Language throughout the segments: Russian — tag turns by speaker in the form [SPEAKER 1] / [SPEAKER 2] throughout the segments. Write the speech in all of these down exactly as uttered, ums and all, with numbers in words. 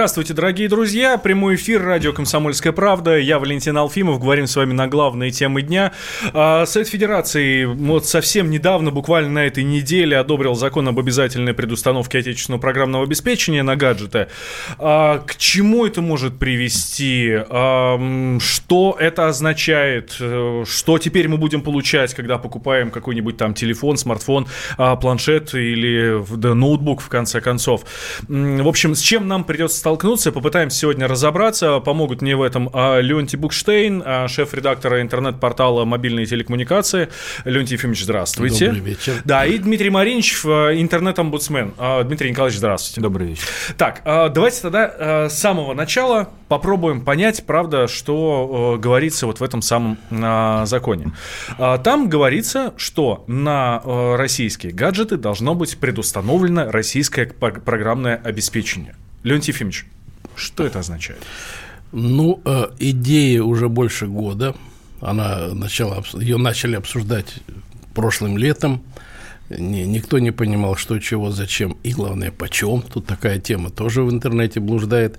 [SPEAKER 1] Здравствуйте, дорогие друзья. Прямой эфир радио «Комсомольская правда». Я Валентин Алфимов. Говорим с вами на главные темы дня. Совет Федерации вот совсем недавно, буквально на этой неделе, одобрил закон об обязательной предустановке отечественного программного обеспечения на гаджеты. К чему это может привести? Что это означает? Что теперь мы будем получать, когда покупаем какой-нибудь там телефон, смартфон, планшет или да, ноутбук, в конце концов? В общем, с чем нам придется столкнуться, попытаемся сегодня разобраться. Помогут мне в этом Леонтий Букштейн, шеф-редактора интернет-портала «Мобильные телекоммуникации». Леонтий Ефимович, здравствуйте.
[SPEAKER 2] Добрый вечер.
[SPEAKER 1] Да, и Дмитрий Маринич, интернет-омбудсмен. Дмитрий Николаевич, здравствуйте.
[SPEAKER 2] Добрый вечер.
[SPEAKER 1] Так, давайте тогда с самого начала попробуем понять, правда, что говорится вот в этом самом законе. Там говорится, что на российские гаджеты должно быть предустановлено российское программное обеспечение. Леонтий Ефимович, что это означает?
[SPEAKER 2] Ну, э, идея уже больше года. Она начала, ее начали обсуждать прошлым летом. Не, никто не понимал, что, чего, зачем и, главное, почем. Тут такая тема тоже в интернете блуждает.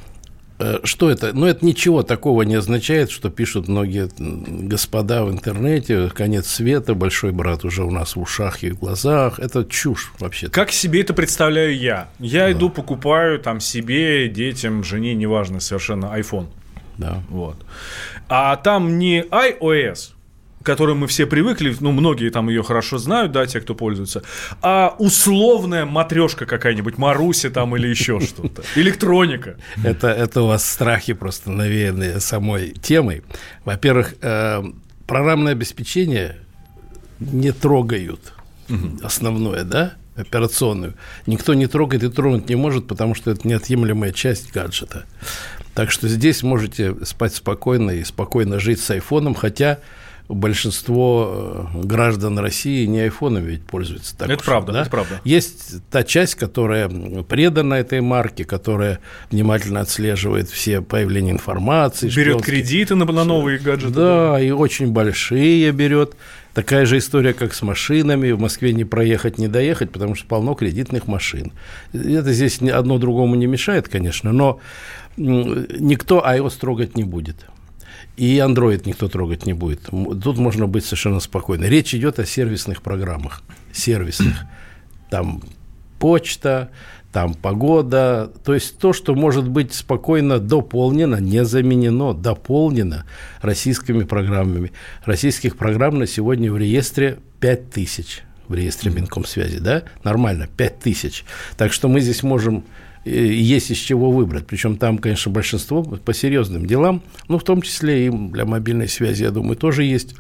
[SPEAKER 2] Э, что это? Ну, это ничего такого не означает, что пишут многие господа в интернете. Конец света, большой брат уже у нас в ушах и в глазах. Это чушь вообще-то.
[SPEAKER 1] Как себе это представляю я? Я да. иду, покупаю там себе, детям, жене, неважно, совершенно iPhone.
[SPEAKER 2] Да.
[SPEAKER 1] Вот. А там не iOS, к которой мы все привыкли, ну, многие там ее хорошо знают, да, те, кто пользуется, а условная матрешка какая-нибудь, Маруся там или еще что-то, электроника.
[SPEAKER 2] Это, это у вас страхи просто навеянные самой темой. Во-первых, э, программное обеспечение не трогают, угу. основное, да, операционную. Никто не трогает и тронуть не может, потому что это неотъемлемая часть гаджета. Так что здесь можете спать спокойно и спокойно жить с айфоном, хотя большинство граждан России не айфоном ведь пользуются. Так
[SPEAKER 1] это
[SPEAKER 2] уж,
[SPEAKER 1] правда,
[SPEAKER 2] да?
[SPEAKER 1] это правда.
[SPEAKER 2] Есть та часть, которая предана этой марке, которая внимательно отслеживает все появления информации.
[SPEAKER 1] Берет
[SPEAKER 2] шпионские... кредиты
[SPEAKER 1] на, на новые гаджеты.
[SPEAKER 2] Да, да, и очень большие берет. Такая же история, как с машинами. В Москве не проехать, не доехать, потому что полно кредитных машин. Это здесь одно другому не мешает, конечно, но никто iOS трогать не будет. И Android никто трогать не будет. Тут можно быть совершенно спокойно. Речь идет о сервисных программах. Сервисных. Там почта, там погода. То есть то, что может быть спокойно дополнено, не заменено, дополнено российскими программами. Российских программ на сегодня в реестре пять тысяч. В реестре Минкомсвязи, да? Нормально, пять тысяч. Так что мы здесь можем... есть из чего выбрать. Причем там, конечно, большинство по серьезным делам, ну, в том числе и для мобильной связи, я думаю, тоже есть.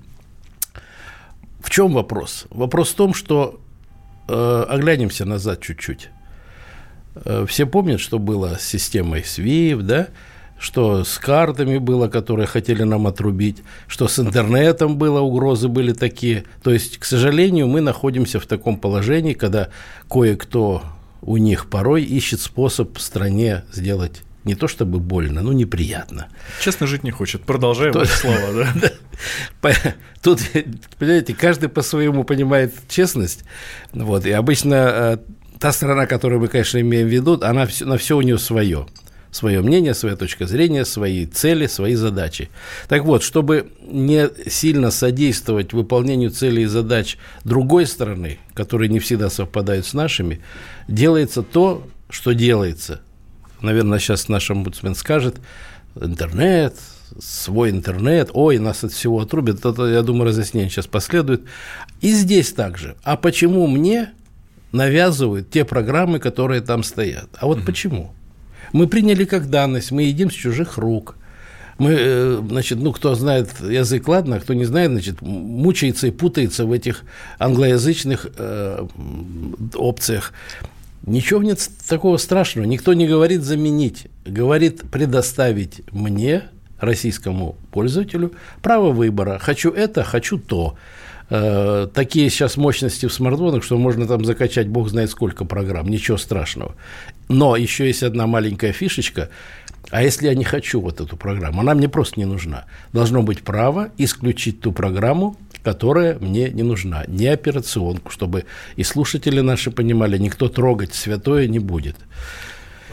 [SPEAKER 2] В чем вопрос? Вопрос в том, что э, оглянемся назад чуть-чуть. Э, все помнят, что было с системой свифт, да? Что с картами было, которые хотели нам отрубить, что с интернетом было, угрозы были такие. То есть, к сожалению, мы находимся в таком положении, когда кое-кто у них порой ищет способ в стране сделать не то чтобы больно, но неприятно.
[SPEAKER 1] Честно жить не хочет. Продолжаем ваши слова, да?
[SPEAKER 2] Тут, понимаете, каждый по-своему понимает честность. Вот, и обычно та сторона, которую мы, конечно, имеем в виду, она на все у нее свое. Свое мнение, своя точка зрения, свои цели, свои задачи. Так вот, чтобы не сильно содействовать выполнению целей и задач другой стороны, которые не всегда совпадают с нашими, делается то, что делается. Наверное, сейчас наш омбудсмен скажет: интернет, свой интернет, ой, нас от всего отрубят. Это, я думаю, разъяснение сейчас последует. И здесь также. А почему мне навязывают те программы, которые там стоят? А вот mm-hmm. почему? Мы приняли как данность, мы едим с чужих рук. Мы, значит, ну, кто знает язык, ладно, а кто не знает, значит, мучается и путается в этих англоязычных э, опциях. Ничего нет такого страшного. Никто не говорит заменить, говорит предоставить мне, российскому пользователю, право выбора. Хочу это, хочу то. Э, такие сейчас мощности в смартфонах, что можно там закачать бог знает сколько программ, ничего страшного. Но еще есть одна маленькая фишечка. А если я не хочу вот эту программу, она мне просто не нужна. Должно быть право исключить ту программу, которая мне не нужна, не операционку, чтобы и слушатели наши понимали, никто трогать святое не будет.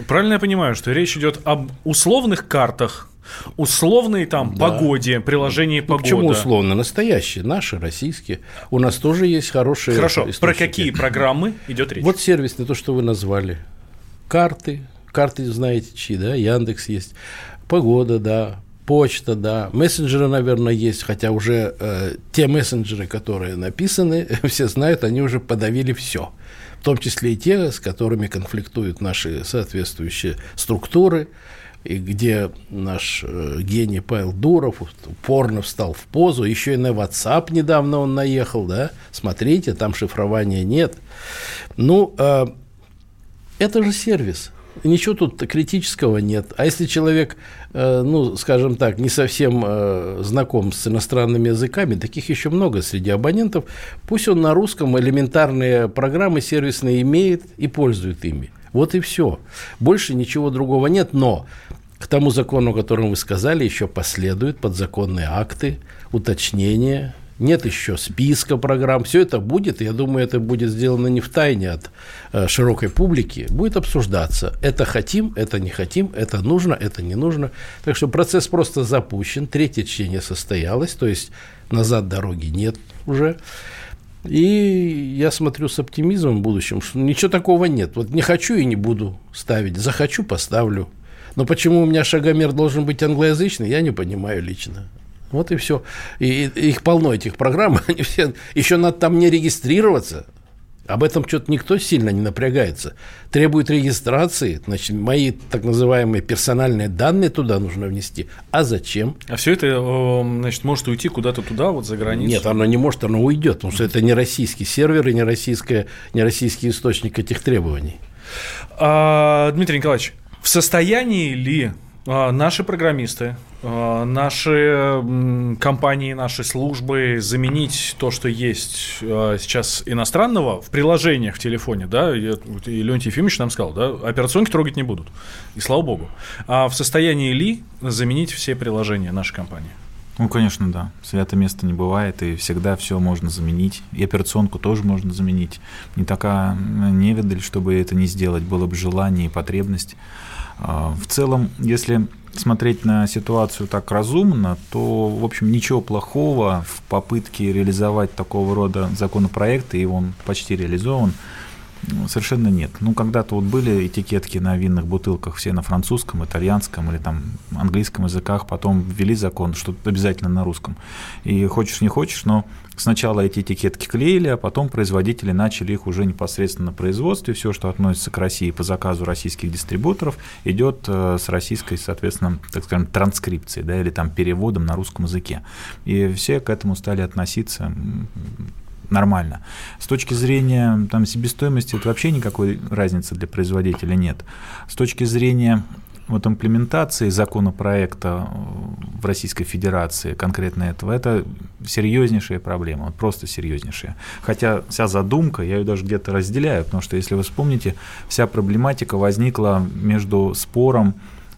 [SPEAKER 1] Правильно я понимаю, что речь идет об условных картах, условной там да. погоде, приложении ну, погода.
[SPEAKER 2] Почему условно? Настоящие, наши, российские. У нас тоже есть хорошие
[SPEAKER 1] Хорошо,
[SPEAKER 2] источники.
[SPEAKER 1] Про какие программы идет речь?
[SPEAKER 2] Вот сервисные, то, что вы назвали. Карты, карты знаете чьи, да, Яндекс есть. Погода, да. Почта, да, мессенджеры, наверное, есть, хотя уже э, те мессенджеры, которые написаны, все знают, они уже подавили все, в том числе и те, с которыми конфликтуют наши соответствующие структуры, и где наш э, гений Павел Дуров упорно встал в позу, еще и на WhatsApp недавно он наехал, да, смотрите, там шифрования нет. Ну, э, это же сервис. Ничего тут критического нет. А если человек, ну, скажем так, не совсем знаком с иностранными языками, таких еще много среди абонентов, пусть он на русском элементарные программы сервисные имеет и пользует ими. Вот и все. Больше ничего другого нет, но к тому закону, о котором вы сказали, еще последуют подзаконные акты, уточнения. Нет еще списка программ. Все это будет, я думаю, это будет сделано не втайне от э, широкой публики. Будет обсуждаться. Это хотим, это не хотим, это нужно, это не нужно. Так что процесс просто запущен. Третье чтение состоялось, то есть назад дороги нет уже. И я смотрю с оптимизмом в будущем, что ничего такого нет. Вот не хочу и не буду ставить. Захочу – поставлю. Но почему у меня шагомер должен быть англоязычный, я не понимаю лично. Вот и все. И, и их полно, этих программ. Они все, еще надо там не регистрироваться. Об этом что-то никто сильно не напрягается. Требует регистрации. Значит, мои так называемые персональные данные туда нужно внести. А зачем?
[SPEAKER 1] А все это, значит, может уйти куда-то туда, вот за границу?
[SPEAKER 2] Нет, оно не может, оно уйдет. Потому что это не российский сервер и не, российская, не российский источник этих требований.
[SPEAKER 1] А, Дмитрий Николаевич, в состоянии ли наши программисты, наши компании, наши службы заменить то, что есть сейчас иностранного в приложениях в телефоне, да, и Леонтий Ефимович нам сказал, да, операционки трогать не будут, и слава богу. А в состоянии ли заменить все приложения нашей компании?
[SPEAKER 3] Ну, конечно, да. Свято место не бывает, и всегда все можно заменить. И операционку тоже можно заменить. Не такая невидаль, чтобы это не сделать, было бы желание и потребность. В целом, если смотреть на ситуацию так разумно, то, в общем, ничего плохого в попытке реализовать такого рода законопроекты, и он почти реализован, совершенно нет. Ну, когда-то вот были этикетки на винных бутылках все на французском, итальянском или там английском языках, потом ввели закон, что обязательно на русском. И хочешь не хочешь, но сначала эти этикетки клеили, а потом производители начали их уже непосредственно на производстве. Все, что относится к России по заказу российских дистрибуторов, идет с российской, соответственно, так скажем, транскрипцией, да, или там переводом на русском языке. И все к этому стали относиться нормально. С точки зрения там, себестоимости, это вообще никакой разницы для производителя нет. С точки зрения вот, имплементации законопроекта в Российской Федерации, конкретно этого, это серьезнейшая проблема, вот просто серьезнейшая. Хотя вся задумка, я ее даже где-то разделяю, потому что, если вы вспомните, вся проблематика возникла между спором,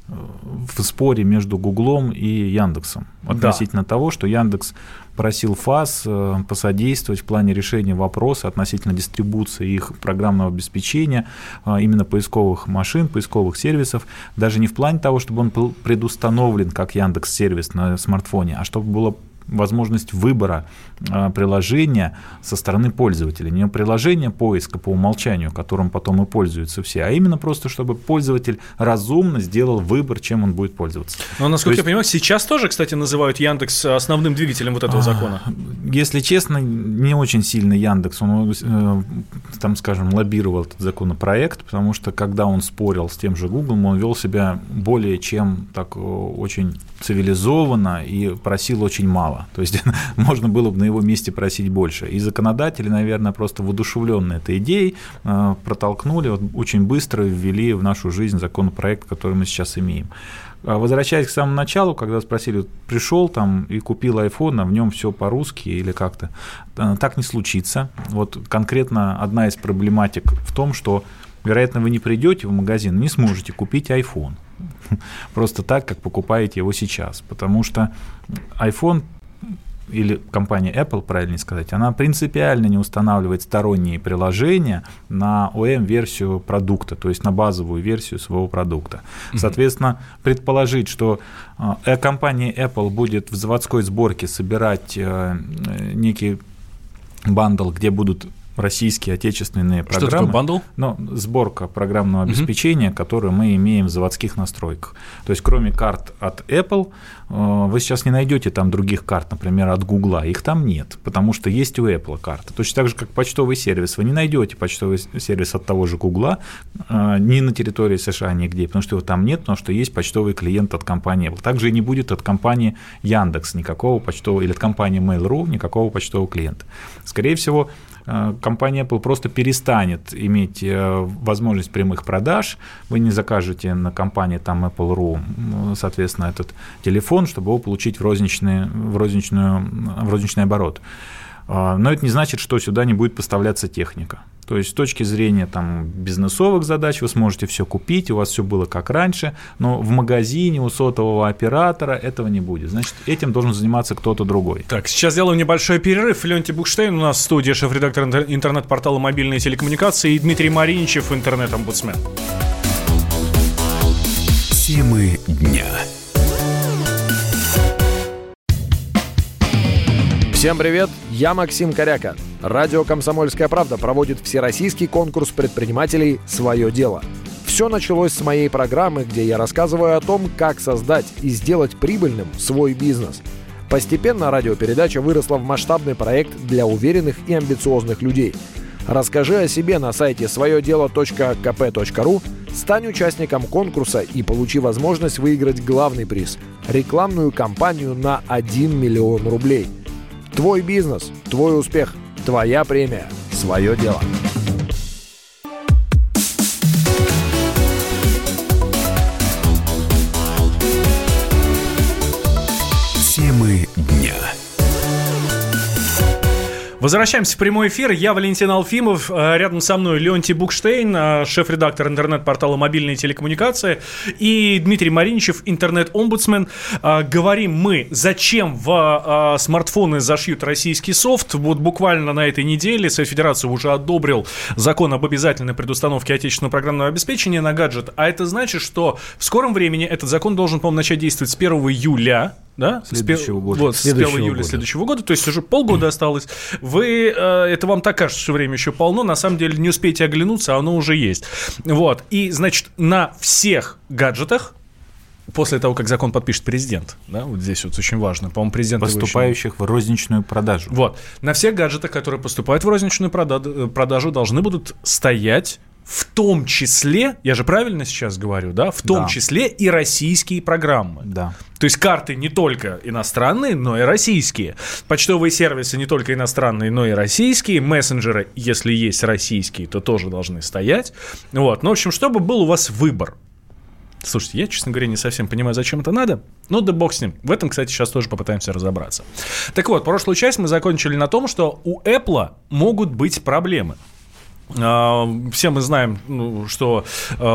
[SPEAKER 3] в споре между Гуглом и Яндексом относительно да. того, что Яндекс просил ФАС посодействовать в плане решения вопроса относительно дистрибуции их программного обеспечения, именно поисковых машин, поисковых сервисов, даже не в плане того, чтобы он был предустановлен как Яндекс-сервис на смартфоне, а чтобы было возможность выбора а, приложения со стороны пользователя. Не приложение поиска по умолчанию, которым потом и пользуются все, а именно просто, чтобы пользователь разумно сделал выбор, чем он будет пользоваться.
[SPEAKER 1] Но, насколько есть, я понимаю, сейчас тоже, кстати, называют Яндекс основным двигателем вот этого а, закона.
[SPEAKER 3] Если честно, не очень сильно Яндекс, он, э, там, скажем, лоббировал этот законопроект, потому что, когда он спорил с тем же Гуглом, он вел себя более чем так очень цивилизованно и просил очень мало. То есть можно было бы на его месте просить больше. И законодатели, наверное, просто воодушевленные этой идеей протолкнули, вот, очень быстро ввели в нашу жизнь законопроект, который мы сейчас имеем. Возвращаясь к самому началу, когда спросили, пришел там и купил iPhone, а в нем все по-русски или как-то, так не случится. Вот конкретно одна из проблематик в том, что, вероятно, вы не придете в магазин, не сможете купить iPhone просто так, как покупаете его сейчас, потому что iPhone или компания Apple, правильнее сказать, она принципиально не устанавливает сторонние приложения на о эм-версию продукта, то есть на базовую версию своего продукта. Mm-hmm. Соответственно, предположить, что э, компания Apple будет в заводской сборке собирать э, некий бандл, где будут российские отечественные программы.
[SPEAKER 1] Что такое бандл?
[SPEAKER 3] Ну, сборка программного обеспечения, uh-huh. которую мы имеем в заводских настройках. То есть, кроме карт от Apple, вы сейчас не найдете там других карт, например, от Google. Их там нет, потому что есть у Apple карта. Точно так же, как почтовый сервис. Вы не найдете почтовый сервис от того же Google ни на территории США, нигде, потому что его там нет, потому что есть почтовый клиент от компании Apple. Также и не будет от компании Яндекс никакого почтового, или от компании Mail.ru никакого почтового клиента. Скорее всего, компания Apple просто перестанет иметь возможность прямых продаж, вы не закажете на компании там Apple точка ру, соответственно, этот телефон, чтобы его получить в розничный, в розничную, в розничный оборот. Но это не значит, что сюда не будет поставляться техника. То есть с точки зрения там, бизнесовых задач вы сможете все купить, у вас все было как раньше, но в магазине у сотового оператора этого не будет. Значит, этим должен заниматься кто-то другой.
[SPEAKER 1] Так, сейчас сделаем небольшой перерыв. Леонтий Букштейн у нас в студии, шеф-редактор интернет-портала «Мобильные телекоммуникации», и Дмитрий Мариничев, интернет-омбудсмен.
[SPEAKER 4] Темы дня.
[SPEAKER 5] Всем привет, я Максим Коряка. Радио «Комсомольская правда» проводит всероссийский конкурс предпринимателей «Свое дело». Все началось с моей программы, где я рассказываю о том, как создать и сделать прибыльным свой бизнес. Постепенно радиопередача выросла в масштабный проект для уверенных и амбициозных людей. Расскажи о себе на сайте свое дело точка ка пэ точка ру, стань участником конкурса и получи возможность выиграть главный приз – рекламную кампанию на один миллион рублей. Твой бизнес, твой успех, твоя премия, свое дело.
[SPEAKER 4] Темы дня.
[SPEAKER 1] Возвращаемся в прямой эфир. Я Валентин Алфимов. Рядом со мной Леонтий Букштейн, шеф-редактор интернет-портала «Мобильные телекоммуникации», и Дмитрий Мариничев, интернет-омбудсмен. Говорим мы, зачем в смартфоны зашьют российский софт. Вот буквально на этой неделе Совет Федерации уже одобрил закон об обязательной предустановке отечественного программного обеспечения на гаджет. А это значит, что в скором времени этот закон должен, по-моему, начать действовать с первого июля. Да?
[SPEAKER 3] Следующего года.
[SPEAKER 1] Вот, с первого июля года. Следующего года, то есть уже полгода осталось. Вы, э, это вам так кажется, что время еще полно, на самом деле не успеете оглянуться, оно уже есть. Вот, и, значит, на всех гаджетах, после того, как закон подпишет президент, да, вот здесь вот очень важно, по-моему, президент...
[SPEAKER 3] Поступающих в розничную продажу.
[SPEAKER 1] Вот, на всех гаджетах, которые поступают в розничную продажу, продажу должны будут стоять... В том числе, я же правильно сейчас говорю, да, в том да. числе и российские программы.
[SPEAKER 3] Да.
[SPEAKER 1] То есть карты не только иностранные, но и российские. Почтовые сервисы не только иностранные, но и российские. Мессенджеры, если есть российские, то тоже должны стоять. Вот. Ну, в общем, чтобы был у вас выбор. Слушайте, я, честно говоря, не совсем понимаю, зачем это надо. Ну, да бог с ним. В этом, кстати, сейчас тоже попытаемся разобраться. Так вот, прошлую часть мы закончили на том, что у Apple могут быть проблемы. Все мы знаем, что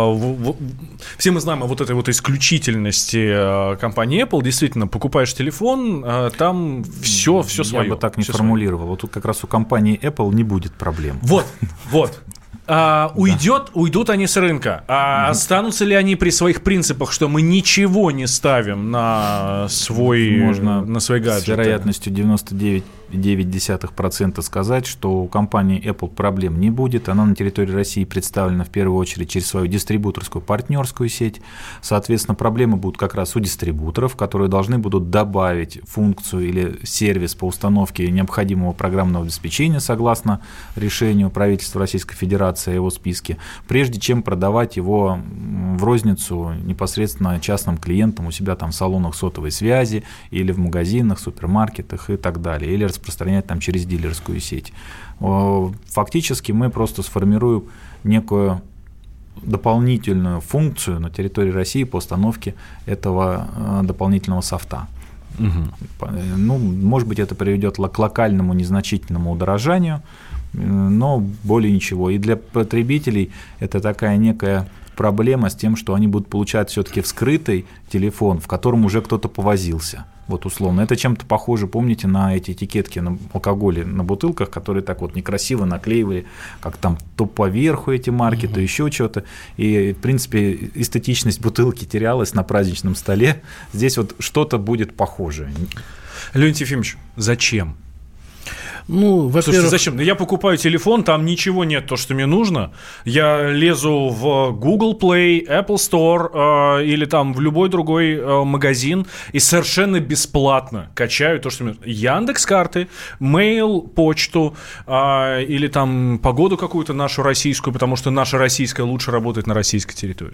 [SPEAKER 1] все мы знаем о вот этой вот исключительности компании Apple. Действительно, покупаешь телефон, там все, все свое.
[SPEAKER 3] Я бы так не формулировал. Вот тут как раз у компании Apple не будет проблем.
[SPEAKER 1] Вот, вот. А, уйдет, да. Уйдут они с рынка. А mm-hmm. останутся ли они при своих принципах, что мы ничего не ставим на свой,
[SPEAKER 3] Можно
[SPEAKER 1] на свой гаджет?
[SPEAKER 3] С вероятностью девяносто девять целых девять десятых процента сказать, что у компании Apple проблем не будет. Она на территории России представлена в первую очередь через свою дистрибуторскую партнерскую сеть. Соответственно, проблемы будут как раз у дистрибуторов, которые должны будут добавить функцию или сервис по установке необходимого программного обеспечения согласно решению правительства Российской Федерации о его списке, прежде чем продавать его в розницу непосредственно частным клиентам у себя там в салонах сотовой связи или в магазинах, супермаркетах и так далее, или распространять там через дилерскую сеть. Фактически мы просто сформируем некую дополнительную функцию на территории России по установке этого дополнительного софта. Угу. Ну, может быть, это приведет к локальному незначительному удорожанию, но более ничего. И для потребителей это такая некая проблема с тем, что они будут получать все-таки вскрытый телефон, в котором уже кто-то повозился. Вот условно. Это чем-то похоже, помните, на эти этикетки на алкоголе на бутылках, которые так вот некрасиво наклеивали, как там то поверху эти марки, угу. то еще что-то. И, в принципе, эстетичность бутылки терялась на праздничном столе. Здесь вот что-то будет похожее.
[SPEAKER 1] Леонид Ефимович, зачем?
[SPEAKER 2] Ну, во-первых...
[SPEAKER 1] Слушайте, зачем? Я покупаю телефон, там ничего нет, то, что мне нужно. Я лезу в Google Play, Apple Store э, или там в любой другой э, магазин и совершенно бесплатно качаю то, что мне нужно. Яндекс.Карты, Mail, почту э, или там погоду какую-то нашу российскую, потому что наша российская лучше работает на российской территории.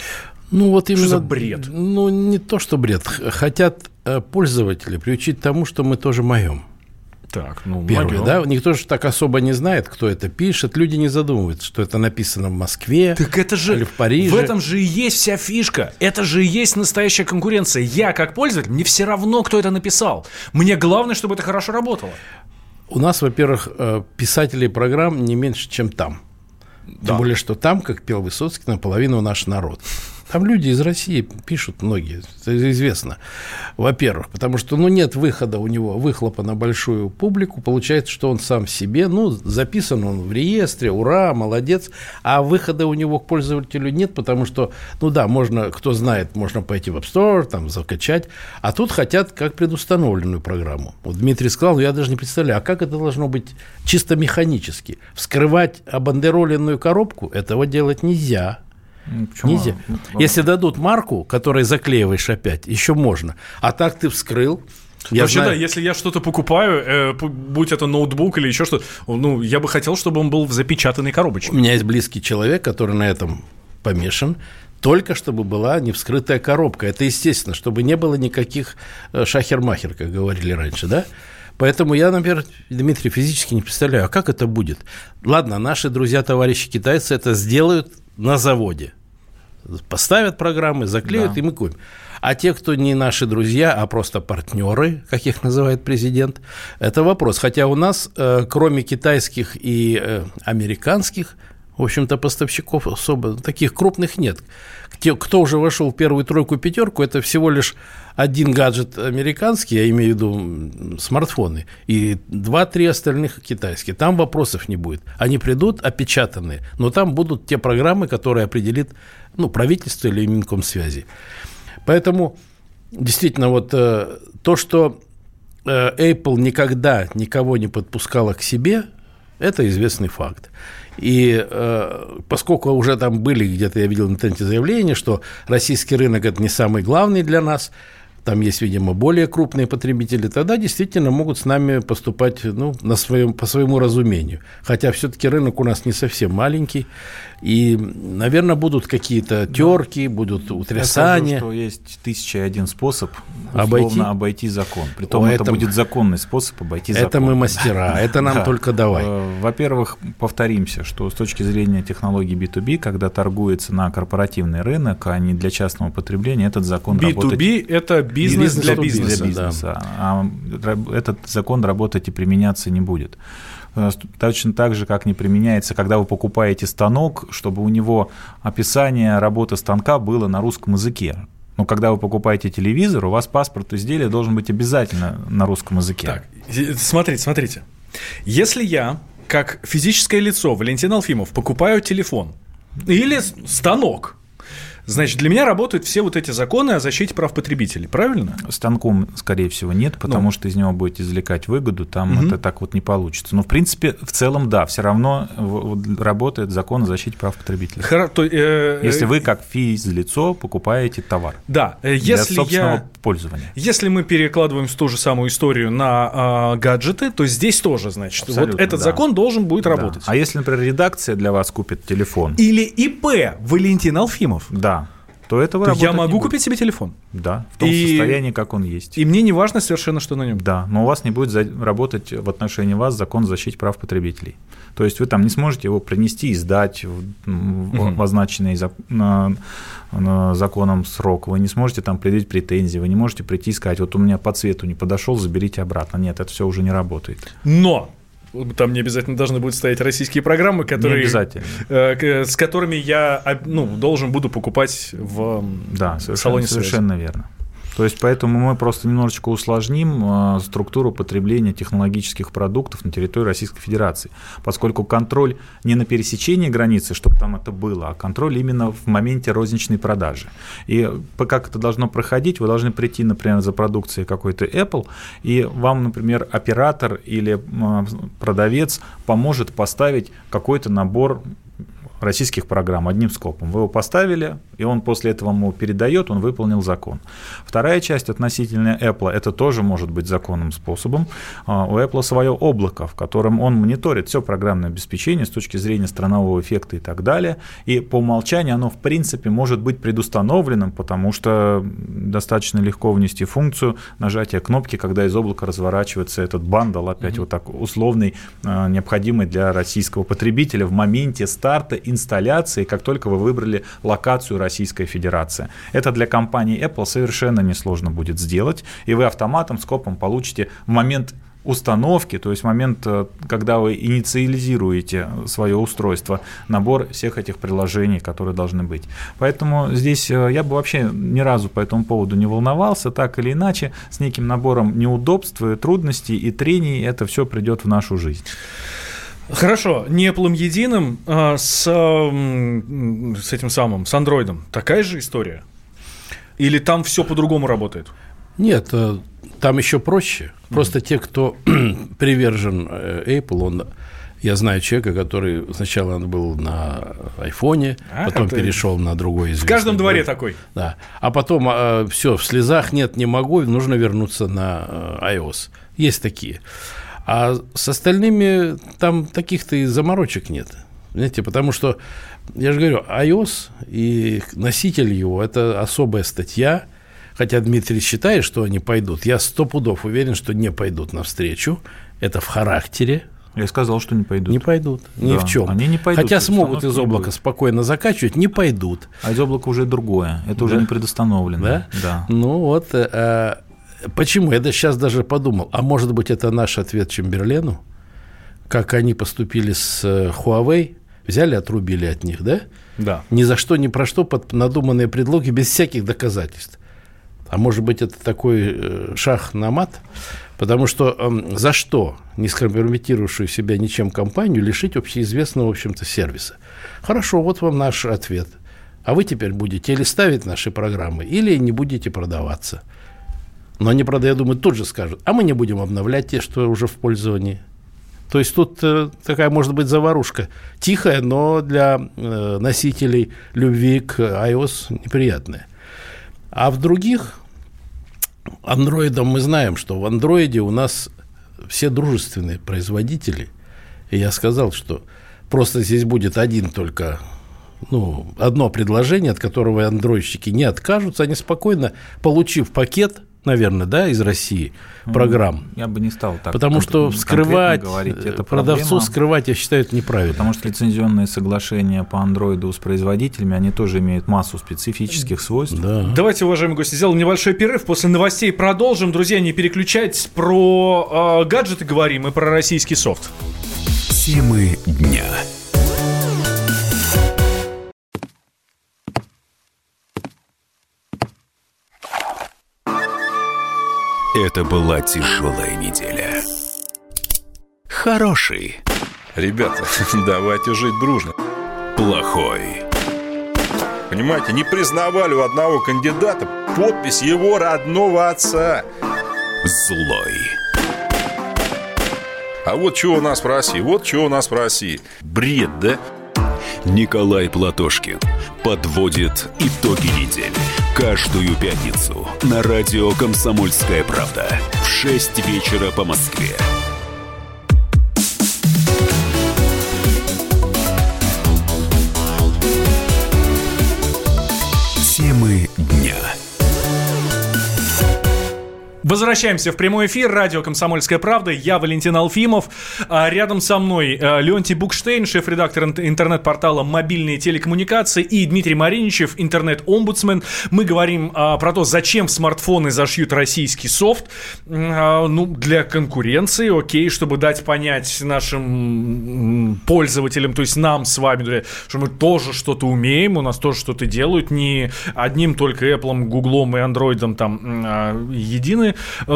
[SPEAKER 2] Ну, вот именно,
[SPEAKER 1] что за бред?
[SPEAKER 2] Ну, не то, что бред. Хотят э, пользователи приучить к тому, что мы тоже моем.
[SPEAKER 1] Так, ну,
[SPEAKER 2] Первое, да? Никто же так особо не знает, кто это пишет. Люди не задумываются, что это написано в Москве
[SPEAKER 1] так это же,
[SPEAKER 2] или в Париже.
[SPEAKER 1] В этом же и есть вся фишка. Это же и есть настоящая конкуренция. Я, как пользователь, мне все равно, кто это написал. Мне главное, чтобы это хорошо работало.
[SPEAKER 2] У нас, во-первых, писателей программ не меньше, чем там. Да. Тем более, что там, как пел Высоцкий, наполовину наш народ. Там люди из России пишут многие, это известно. Во-первых, потому что ну, нет выхода у него, выхлопа на большую публику. Получается, что он сам в себе, ну, записан он в реестре, ура, молодец. А выхода у него к пользователю нет, потому что, ну да, можно, кто знает, можно пойти в App Store, там, закачать. А тут хотят как предустановленную программу. Вот Дмитрий сказал, я даже не представляю, а как это должно быть чисто механически? Вскрывать обандероленную коробку, этого делать нельзя.
[SPEAKER 3] Почему?
[SPEAKER 2] Нельзя. Если дадут марку, которой заклеиваешь опять, еще можно. А так ты вскрыл. Я
[SPEAKER 1] Вообще,
[SPEAKER 2] знаю...
[SPEAKER 1] да, если я что-то покупаю, э, будь это ноутбук или еще что-то, ну, я бы хотел, чтобы он был в запечатанной коробочке.
[SPEAKER 2] У меня есть близкий человек, который на этом помешан, только чтобы была не вскрытая коробка. Это естественно, чтобы не было никаких шахер-махер, как говорили раньше, да? Поэтому я, например, Дмитрий, физически не представляю, а как это будет? Ладно, наши друзья-товарищи китайцы это сделают на заводе. Поставят программы, заклеют, да. И мы купим. А те, кто не наши друзья, а просто партнеры, как их называет президент, это вопрос. Хотя у нас, э, кроме китайских и э, американских, в общем-то, поставщиков особо таких крупных нет. Те, кто уже вошел в первую тройку, пятерку, это всего лишь один гаджет американский, я имею в виду смартфоны, и два-три остальных китайские. Там вопросов не будет. Они придут опечатанные, но там будут те программы, которые определит ну, правительство или Минкомсвязи. Поэтому действительно вот э, то, что э, Apple никогда никого не подпускала к себе, это известный факт. И э, поскольку уже там были, где-то я видел в интернете заявления, что российский рынок – это не самый главный для нас, там есть, видимо, более крупные потребители, тогда действительно могут с нами поступать ну, на своем, по своему разумению. Хотя все-таки рынок у нас не совсем маленький, и, наверное, будут какие-то терки, да. будут утрясания.
[SPEAKER 3] Я скажу, что есть тысяча и один способ
[SPEAKER 2] обойти,
[SPEAKER 3] условно обойти закон. Притом
[SPEAKER 2] О,
[SPEAKER 3] это
[SPEAKER 2] этом...
[SPEAKER 3] будет законный способ обойти
[SPEAKER 2] это
[SPEAKER 3] закон.
[SPEAKER 2] Это мы мастера, это нам только давай.
[SPEAKER 3] Во-первых, повторимся, что с точки зрения технологий би ту би, когда торгуется на корпоративный рынок, а не для частного потребления, этот закон работает...
[SPEAKER 1] би ту би – это бизнес, бизнес для бизнеса.
[SPEAKER 3] Для бизнеса. Да. А этот закон работать и применяться не будет. Точно так же, как не применяется, когда вы покупаете станок, чтобы у него описание работы станка было на русском языке. Но когда вы покупаете телевизор, у вас паспорт изделия должен быть обязательно на русском языке.
[SPEAKER 1] Так, смотрите, смотрите. Если я, как физическое лицо, Валентин Алфимов, покупаю телефон или станок, значит, для меня работают все вот эти законы о защите прав потребителей, правильно?
[SPEAKER 3] Станком, скорее всего, нет, потому ну. что из него будете извлекать выгоду, там угу. это так вот не получится. Но, в принципе, в целом, да, все равно работает закон о защите прав потребителей. Хор- то, э, если вы, как физлицо, покупаете товар
[SPEAKER 1] да,
[SPEAKER 3] для
[SPEAKER 1] если
[SPEAKER 3] собственного
[SPEAKER 1] я,
[SPEAKER 3] пользования.
[SPEAKER 1] Если мы перекладываем ту же самую историю на э, гаджеты, то здесь тоже, значит, абсолютно, вот этот да. закон должен будет да. работать.
[SPEAKER 3] А если, например, редакция для вас купит телефон?
[SPEAKER 1] Или ИП Валентин Алфимов.
[SPEAKER 3] Да. то этого
[SPEAKER 1] то я могу купить себе телефон.
[SPEAKER 3] Да, в том и, состоянии, как он есть.
[SPEAKER 1] И мне не важно совершенно, что на нем.
[SPEAKER 3] Да, но у вас не будет за, работать в отношении вас закон о защите прав потребителей. То есть вы там не сможете его принести и сдать в, mm-hmm. в означенный за, на, на законом срок. Вы не сможете там предъявить претензии, вы не можете прийти и сказать, вот у меня по цвету не подошел, заберите обратно. Нет, это все уже не работает.
[SPEAKER 1] Но там не обязательно должны будут стоять российские программы, которые, э, с которыми я ну, должен буду покупать в
[SPEAKER 3] да,
[SPEAKER 1] салоне
[SPEAKER 3] связи. Совершенно верно. То есть поэтому мы просто немножечко усложним структуру потребления технологических продуктов на территории Российской Федерации, поскольку контроль не на пересечении границы, чтобы там это было, а контроль именно в моменте розничной продажи. И как это должно проходить, вы должны прийти, например, за продукцией какой-то Apple, и вам, например, оператор или продавец поможет поставить какой-то набор российских программ одним скопом. Вы его поставили, и он после этого ему передает, он выполнил закон. Вторая часть относительно Apple, это тоже может быть законным способом. У Apple свое облако, в котором он мониторит все программное обеспечение с точки зрения странового эффекта и так далее. И по умолчанию оно, в принципе, может быть предустановленным, потому что достаточно легко внести функцию нажатия кнопки, когда из облака разворачивается этот бандл, опять mm-hmm. вот так условный, необходимый для российского потребителя в моменте старта инсталляции, как только вы выбрали локацию Российская Федерация. Это для компании Apple совершенно несложно будет сделать, и вы автоматом, скопом получите в момент установки, то есть в момент, когда вы инициализируете свое устройство, набор всех этих приложений, которые должны быть. Поэтому здесь я бы вообще ни разу по этому поводу не волновался, так или иначе, с неким набором неудобств, трудностей и трений это все придет в нашу жизнь.
[SPEAKER 1] Хорошо, не Apple единым, а с, с этим самым, с Android такая же история? Или там все по-другому работает?
[SPEAKER 2] Нет, там еще проще. Просто mm-hmm. те, кто привержен Apple, он, я знаю человека, который сначала был на айфоне, а, потом перешел на другой известный.
[SPEAKER 1] В каждом дворе
[SPEAKER 2] был.
[SPEAKER 1] такой.
[SPEAKER 2] Да. А потом а, все, в слезах нет, не могу, нужно вернуться на iOS. Есть такие. А с остальными там таких-то и заморочек нет. Знаете, потому что, я же говорю, iOS и носитель его – это особая статья. Хотя Дмитрий считает, что они пойдут. Я сто пудов уверен, что не пойдут навстречу. Это в характере.
[SPEAKER 3] Я сказал, что не пойдут.
[SPEAKER 2] Не пойдут. Ни да. в чем.
[SPEAKER 3] Они не пойдут.
[SPEAKER 2] Хотя смогут из облака будет. Спокойно закачивать, не пойдут.
[SPEAKER 3] А из облака уже другое. Это да? уже не предустановлено.
[SPEAKER 2] Да?
[SPEAKER 3] Да.
[SPEAKER 2] Ну вот. А, почему? Я сейчас даже подумал. А может быть, это наш ответ Чемберлену? Как они поступили с Huawei? Взяли, отрубили от них, да?
[SPEAKER 1] Да.
[SPEAKER 2] Ни за что, ни про что, под надуманные предлоги, без всяких доказательств. А может быть, это такой шах на мат? Потому что э, за что не скомпрометировавшую себя ничем компанию лишить общеизвестного, в общем-то, сервиса? Хорошо, вот вам наш ответ. А вы теперь будете или ставить наши программы, или не будете продаваться. Но они, правда, я думаю, тут же скажут, а мы не будем обновлять те, что уже в пользовании. То есть тут э, такая, может быть, заварушка. Тихая, но для э, носителей любви к iOS неприятная. А в других... Андроидом мы знаем, что в андроиде у нас все дружественные производители. И я сказал, что просто здесь будет один только, ну, одно предложение, от которого андроидщики не откажутся. Они спокойно, получив пакет, наверное, да, из России, программ.
[SPEAKER 3] Я бы не стал так.
[SPEAKER 2] Потому что вскрывать,
[SPEAKER 3] говорить, это
[SPEAKER 2] продавцу
[SPEAKER 3] проблема,
[SPEAKER 2] скрывать, я считаю, это неправильно.
[SPEAKER 3] Потому что лицензионные соглашения по андроиду с производителями, они тоже имеют массу специфических свойств.
[SPEAKER 2] Да.
[SPEAKER 1] Давайте, уважаемые гости, сделаем небольшой перерыв. После новостей продолжим. Друзья, не переключайтесь. Про э, гаджеты говорим и про российский софт.
[SPEAKER 4] Темы дня. Это была тяжелая неделя. Хороший.
[SPEAKER 6] Ребята, давайте жить дружно.
[SPEAKER 4] Плохой.
[SPEAKER 6] Понимаете, не признавали у одного кандидата подпись его родного отца.
[SPEAKER 4] Злой.
[SPEAKER 6] А вот что у нас в России, вот что у нас в России. Бред, да?
[SPEAKER 4] Николай Платошкин подводит итоги недели. Каждую пятницу на радио «Комсомольская правда» в шесть вечера по Москве. Темы дня.
[SPEAKER 1] Возвращаемся в прямой эфир. Радио «Комсомольская правда». Я Валентин Алфимов. Рядом со мной Леонтий Букштейн, шеф-редактор интернет-портала «Мобильные телекоммуникации», и Дмитрий Мариничев, интернет-омбудсмен. Мы говорим а, про то, зачем смартфоны зашьют российский софт. А, ну, для конкуренции, окей, чтобы дать понять нашим пользователям, то есть нам с вами, что мы тоже что-то умеем, у нас тоже что-то делают. Не одним только Apple, Google и Android там едины.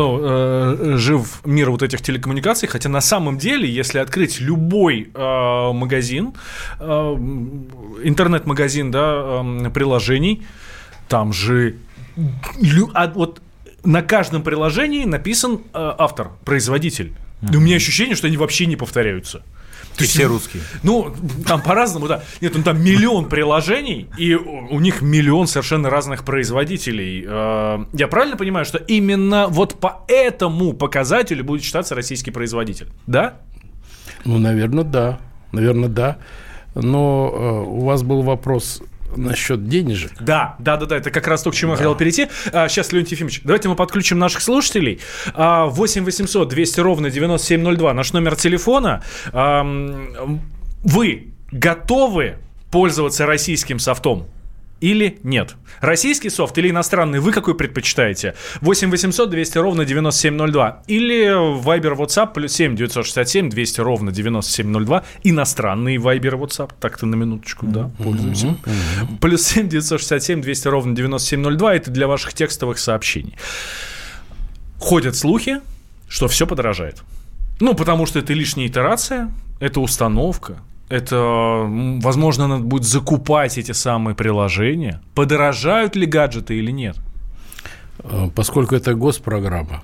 [SPEAKER 1] Жив мир вот этих телекоммуникаций, хотя на самом деле, если открыть любой э, магазин, э, интернет-магазин, да, э, приложений, там же лю, а, вот на каждом приложении написан э, автор, производитель. Mm-hmm. У меня ощущение, что они вообще не повторяются.
[SPEAKER 3] То есть все русские.
[SPEAKER 1] Ну, там по-разному, да. Нет, ну там миллион приложений, и у них миллион совершенно разных производителей. Я правильно понимаю, что именно вот по этому показателю будет считаться российский производитель, да?
[SPEAKER 2] Ну, наверное, да. Наверное, да. Но э, у вас был вопрос насчет денежек.
[SPEAKER 1] Да, да, да, да, это как раз то, к чему да. я хотел перейти. А, сейчас, Леонтий Ефимович, давайте мы подключим наших слушателей. А, восемь восемьсот двести ровно девяносто семь ноль два, наш номер телефона. А, вы готовы пользоваться российским софтом или нет? Российский софт или иностранный, вы какой предпочитаете? восемь восемьсот двести ровно девяносто семь ноль два. Или Viber, WhatsApp, плюс семь девятьсот шестьдесят семь двести ровно девяносто семь ноль два. Иностранный Viber, WhatsApp. Так-то на минуточку, да, пользуемся. Mm-hmm. Mm-hmm. Плюс семь девятьсот шестьдесят семь двести ровно девяносто семь ноль два. Это для ваших текстовых сообщений. Ходят слухи, что все подорожает. Ну, потому что это лишняя итерация, это установка. Это, возможно, надо будет закупать эти самые приложения. Подорожают ли гаджеты или нет?
[SPEAKER 2] Поскольку это госпрограмма,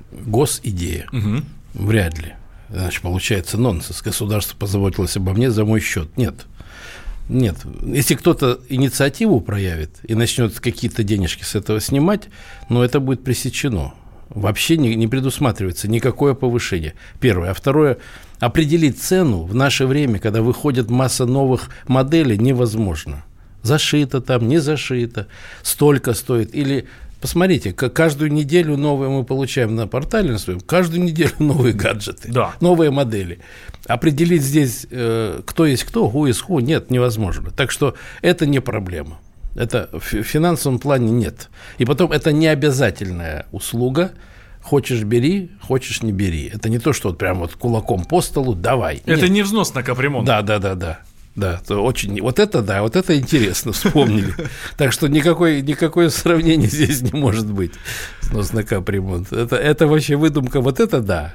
[SPEAKER 2] госидея, угу. вряд ли. Значит, получается нонсенс. Государство позаботилось обо мне за мой счет. Нет. Нет. Если кто-то инициативу проявит и начнет какие-то денежки с этого снимать, но это будет пресечено. Вообще не, не предусматривается никакое повышение. Первое. А второе, определить цену в наше время, когда выходит масса новых моделей, невозможно. Зашито там, не зашито, столько стоит. Или, посмотрите, каждую неделю новые мы получаем на портале на своем, каждую неделю новые гаджеты,
[SPEAKER 1] да.
[SPEAKER 2] новые модели. Определить здесь, э, кто есть кто, who is who, нет, невозможно. Так что это не проблема. Это в финансовом плане нет. И потом это не обязательная услуга. Хочешь – бери, хочешь – не бери. Это не то, что вот прям вот кулаком по столу давай.
[SPEAKER 1] Это
[SPEAKER 2] нет.
[SPEAKER 1] не взнос на капремонт.
[SPEAKER 2] Да, да, да, да. Да, то очень, вот это да, вот это интересно, вспомнили. Так что никакой, никакое сравнение здесь не может быть. Взнос на капремонт. Это, это вообще выдумка, вот это да.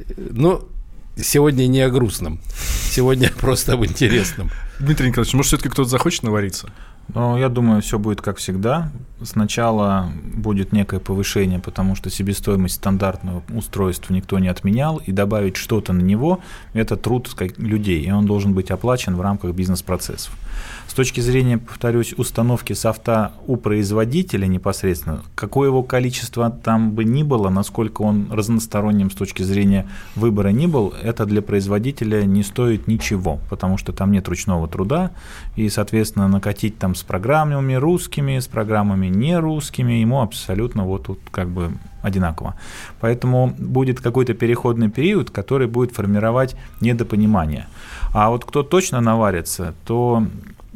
[SPEAKER 2] Но сегодня не о грустном. Сегодня просто об интересном.
[SPEAKER 1] Дмитрий Николаевич, может, все-таки кто-то захочет навариться?
[SPEAKER 3] Ну, я думаю, все будет как всегда. Сначала будет некое повышение, потому что себестоимость стандартного устройства никто не отменял, и добавить что-то на него – это труд людей, и он должен быть оплачен в рамках бизнес-процессов. С точки зрения, повторюсь, установки софта у производителя непосредственно, какое его количество там бы ни было, насколько он разносторонним с точки зрения выбора ни был, это для производителя не стоит ничего, потому что там нет ручного труда, и, соответственно, накатить там с программами русскими, с программами нерусскими ему абсолютно вот тут как бы одинаково. Поэтому будет какой-то переходный период, который будет формировать недопонимание. А вот кто точно наварится, то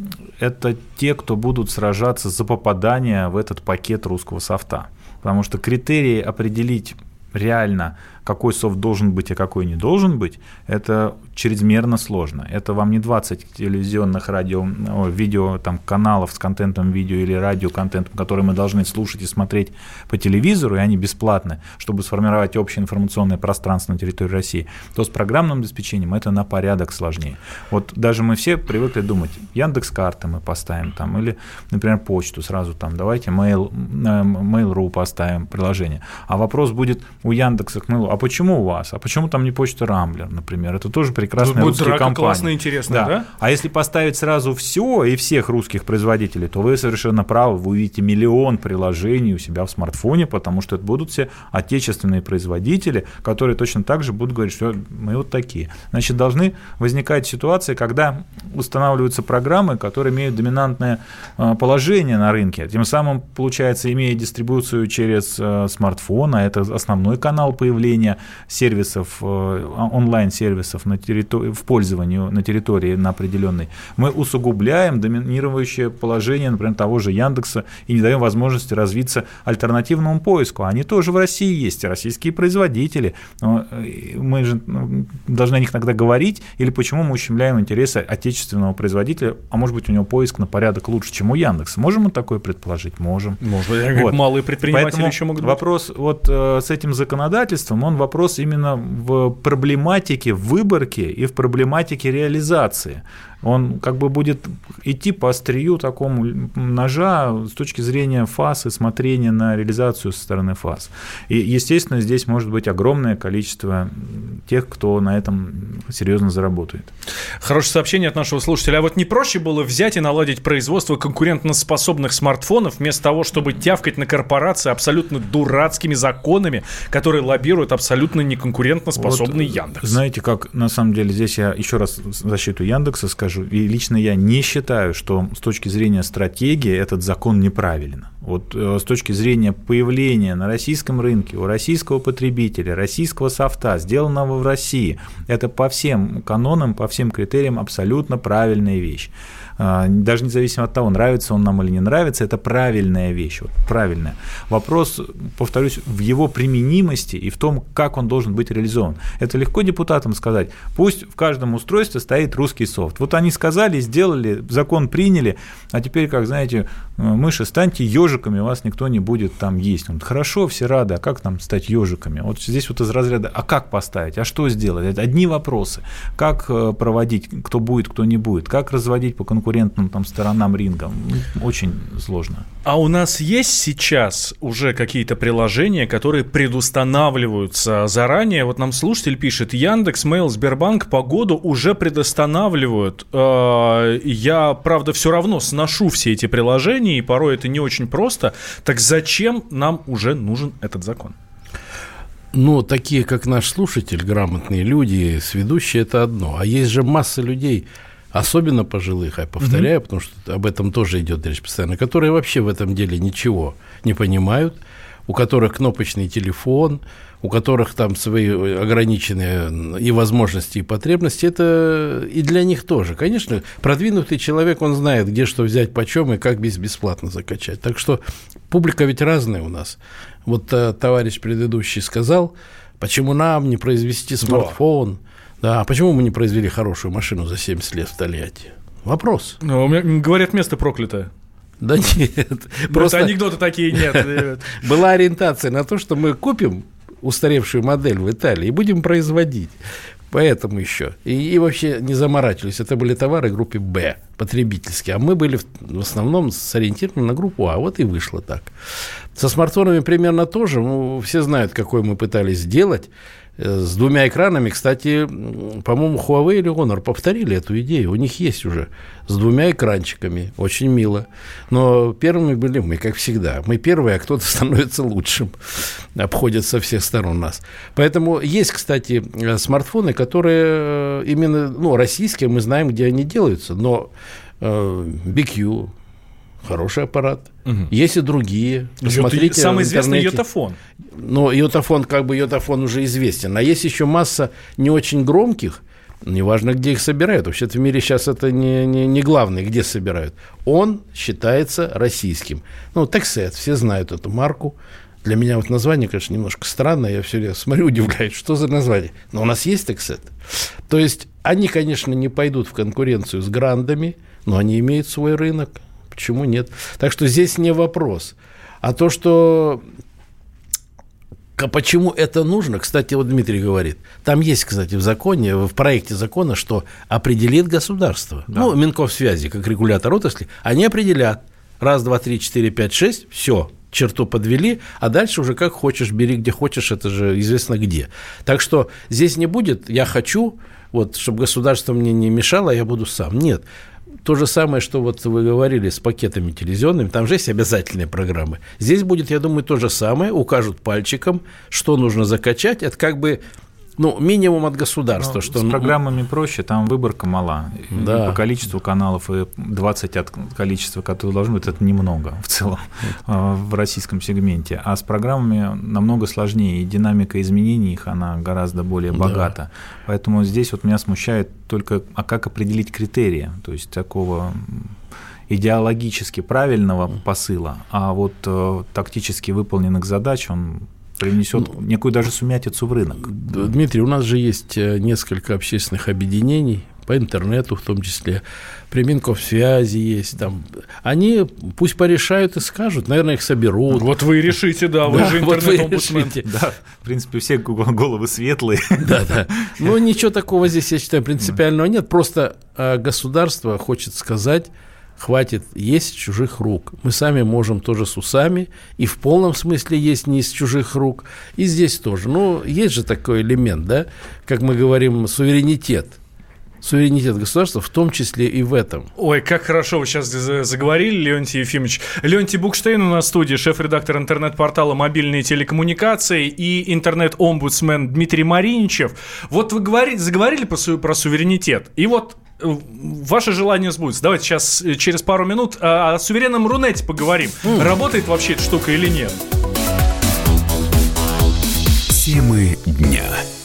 [SPEAKER 3] это те, кто будут сражаться за попадание в этот пакет русского софта. Потому что критерии определить реально, какой софт должен быть, а какой не должен быть, это чрезмерно сложно. Это вам не двадцать телевизионных радио, видео, там, каналов с контентом видео или радиоконтентом, которые мы должны слушать и смотреть по телевизору, и они бесплатны, чтобы сформировать общее информационное пространство на территории России, то с программным обеспечением это на порядок сложнее. Вот даже мы все привыкли думать, Яндекс.Карты мы поставим там, или, например, почту сразу там, давайте Mail, Mail.ru поставим приложение. А вопрос будет у Яндекса к Mail.ru, а а почему у вас? А почему там не почта Рамблер, например? Это тоже прекрасная русская
[SPEAKER 1] драка
[SPEAKER 3] компания.
[SPEAKER 1] Классная, интересная, да. да?
[SPEAKER 3] А если поставить сразу все и всех русских производителей, то вы совершенно правы, вы увидите миллион приложений у себя в смартфоне, потому что это будут все отечественные производители, которые точно так же будут говорить, что мы вот такие. Значит, должны возникать ситуации, когда устанавливаются программы, которые имеют доминантное положение на рынке. Тем самым, получается, имея дистрибуцию через смартфон, а это основной канал появления сервисов, онлайн-сервисов на территории, в пользовании на территории на определенной, мы усугубляем доминирующее положение, например, того же Яндекса и не даем возможности развиться альтернативному поиску. Они тоже в России есть, российские производители. Мы же должны о них иногда говорить, или почему мы ущемляем интересы отечественного производителя, а может быть, у него поиск на порядок лучше, чем у Яндекса. Можем мы такое предположить? Можем.
[SPEAKER 1] Может, вот. Малые предприниматели
[SPEAKER 3] Поэтому
[SPEAKER 1] еще могут быть.
[SPEAKER 3] Вопрос вот э, с этим законодательством, он вопрос именно в проблематике выборки и в проблематике реализации. Он как бы будет идти по острию такому ножа с точки зрения ФАС и смотрения на реализацию со стороны ФАС. И, естественно, здесь может быть огромное количество тех, кто на этом серьезно заработает.
[SPEAKER 1] Хорошее сообщение от нашего слушателя. А вот не проще было взять и наладить производство конкурентоспособных смартфонов вместо того, чтобы тявкать на корпорации абсолютно дурацкими законами, которые лоббируют абсолютно неконкурентоспособный вот, Яндекс?
[SPEAKER 3] Знаете, как на самом деле здесь я еще раз в защиту Яндекса скажу, и лично я не считаю, что с точки зрения стратегии этот закон неправилен. Вот с точки зрения появления на российском рынке у российского потребителя, российского софта, сделанного в России, это по всем канонам, по всем критериям абсолютно правильная вещь. Даже независимо от того, нравится он нам или не нравится, это правильная вещь, вот, правильная. Вопрос, повторюсь, в его применимости и в том, как он должен быть реализован. Это легко депутатам сказать, пусть в каждом устройстве стоит русский софт. Вот они сказали, сделали, закон приняли, а теперь, как знаете, мыши, станьте ежиками, вас никто не будет там есть. Вот, хорошо, все рады, а как нам стать ежиками? Вот здесь вот из разряда, а как поставить, а что сделать? Это одни вопросы. Как проводить, кто будет, кто не будет, как разводить по конкуренции, конкурентным там сторонам рынка. Очень сложно.
[SPEAKER 1] А у нас есть сейчас уже какие-то приложения, которые предустанавливаются заранее? Вот нам слушатель пишет, Яндекс, Mail, Сбербанк погоду уже предустанавливают. Я, правда, все равно сношу все эти приложения, и порой это не очень просто. Так зачем нам уже нужен этот закон?
[SPEAKER 2] Ну, такие, как наш слушатель, грамотные люди, сведущие, это одно. А есть же масса людей, особенно пожилых, я повторяю, mm-hmm. потому что об этом тоже идет речь постоянно, которые вообще в этом деле ничего не понимают, у которых кнопочный телефон, у которых там свои ограниченные и возможности, и потребности, это и для них тоже. Конечно, продвинутый человек, он знает, где что взять, почем и как бесплатно закачать. Так что публика ведь разная у нас. Вот а, товарищ предыдущий сказал, почему нам не произвести смартфон, да. Да, а почему мы не произвели хорошую машину за семьдесят лет в Тольятти? Вопрос.
[SPEAKER 1] Ну, у меня, говорят, место проклятое.
[SPEAKER 2] Да нет.
[SPEAKER 1] Просто анекдоты такие нет.
[SPEAKER 2] Была ориентация на то, что мы купим устаревшую модель в Италии и будем производить. Поэтому еще. И, и вообще не заморачивались. Это были товары группы «Б», потребительские. А мы были в, в основном сориентированы на группу «А». Вот и вышло так. Со смартфонами примерно тоже. Ну, все знают, какой мы пытались сделать. С двумя экранами, кстати, по-моему, Huawei или Honor повторили эту идею. У них есть уже с двумя экранчиками. Очень мило. Но первыми были мы, как всегда. Мы первые, а кто-то становится лучшим. Обходят со всех сторон нас. Поэтому есть, кстати, смартфоны, которые именно, ну, российские, мы знаем, где они делаются. Но э, би кью хороший аппарат. Угу. Есть и другие.
[SPEAKER 1] Посмотрите, самый известный Йотафон.
[SPEAKER 2] Но Йотафон, как бы Йотафон уже известен. А есть еще масса не очень громких, неважно, где их собирают. Вообще-то в мире сейчас это не, не, не главное, где собирают. Он считается российским. Ну, Тексет, все знают эту марку. Для меня вот название, конечно, немножко странное. Я все время смотрю, удивляюсь, что за название. Но у нас есть Тексет. То есть они, конечно, не пойдут в конкуренцию с грандами, но они имеют свой рынок. Почему нет? Так что здесь не вопрос. А то, что почему это нужно, кстати, вот Дмитрий говорит, там есть, кстати, в законе, в проекте закона, что определит государство. Да. Ну, Минкомсвязи, как регулятор отрасли, они определят. Раз, два, три, четыре, пять, шесть, все. черту подвели, а дальше уже как хочешь, бери где хочешь, это же известно где. Так что здесь не будет «я хочу», вот, чтобы государство мне не мешало, я буду сам. Нет. То же самое, что вот вы говорили с пакетами телевизионными, там же есть обязательные программы. Здесь будет, я думаю, то же самое, укажут пальчиком, что нужно закачать, это как бы... Ну, минимум от государства.
[SPEAKER 3] Ну,
[SPEAKER 2] что...
[SPEAKER 3] С программами проще, там выборка мала.
[SPEAKER 2] Да.
[SPEAKER 3] И по количеству каналов, и двадцать от количества, которые должны быть, это немного в целом в российском сегменте. А с программами намного сложнее, и динамика изменений их, она гораздо более богата. Да. Поэтому здесь вот меня смущает только, а как определить критерии, то есть такого идеологически правильного посыла, а вот э, тактически выполненных задач он принесет ну, некую даже сумятицу в рынок.
[SPEAKER 2] Дмитрий, у нас же есть несколько общественных объединений, по интернету в том числе, при Минкомсвязи есть там. Они пусть порешают и скажут, наверное, их соберут.
[SPEAKER 1] Вот вы и решите, да, вы
[SPEAKER 2] да,
[SPEAKER 1] же интернет-омбудсмен.
[SPEAKER 2] Вот
[SPEAKER 3] да, в принципе, все головы светлые.
[SPEAKER 2] Да, да. Но ничего такого здесь, я считаю, принципиального нет. Просто государство хочет сказать: хватит есть с чужих рук. Мы сами можем тоже с усами, и в полном смысле есть не из чужих рук, и здесь тоже. Ну, есть же такой элемент, да, как мы говорим, суверенитет. Суверенитет государства, в том числе и в этом.
[SPEAKER 1] Ой, как хорошо вы сейчас заговорили, Леонтий Ефимович. Леонтий Букштейн у нас в студии, шеф-редактор интернет-портала «Мобильные телекоммуникации» и интернет-омбудсмен Дмитрий Мариничев. Вот вы говорите, заговорили про, су- про суверенитет, и вот ваше желание сбудется. Давайте сейчас через пару минут о суверенном Рунете поговорим. Mm. Работает вообще эта штука или нет?
[SPEAKER 4] Темы дня.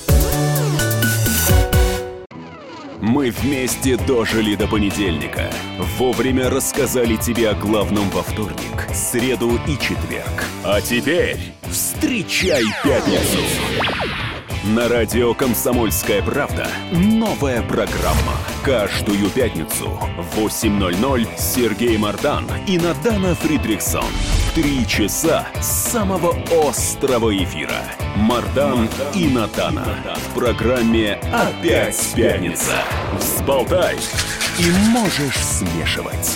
[SPEAKER 4] Мы вместе дожили до понедельника. Вовремя рассказали тебе о главном во вторник, среду и четверг. А теперь встречай пятницу. На радио «Комсомольская правда» новая программа. Каждую пятницу в восемь ноль ноль Сергей Мардан и Надана Фридрихсон. Три часа самого острого эфира. Мардан и Надана. В программе «Опять пятница». Взболтай и можешь смешивать.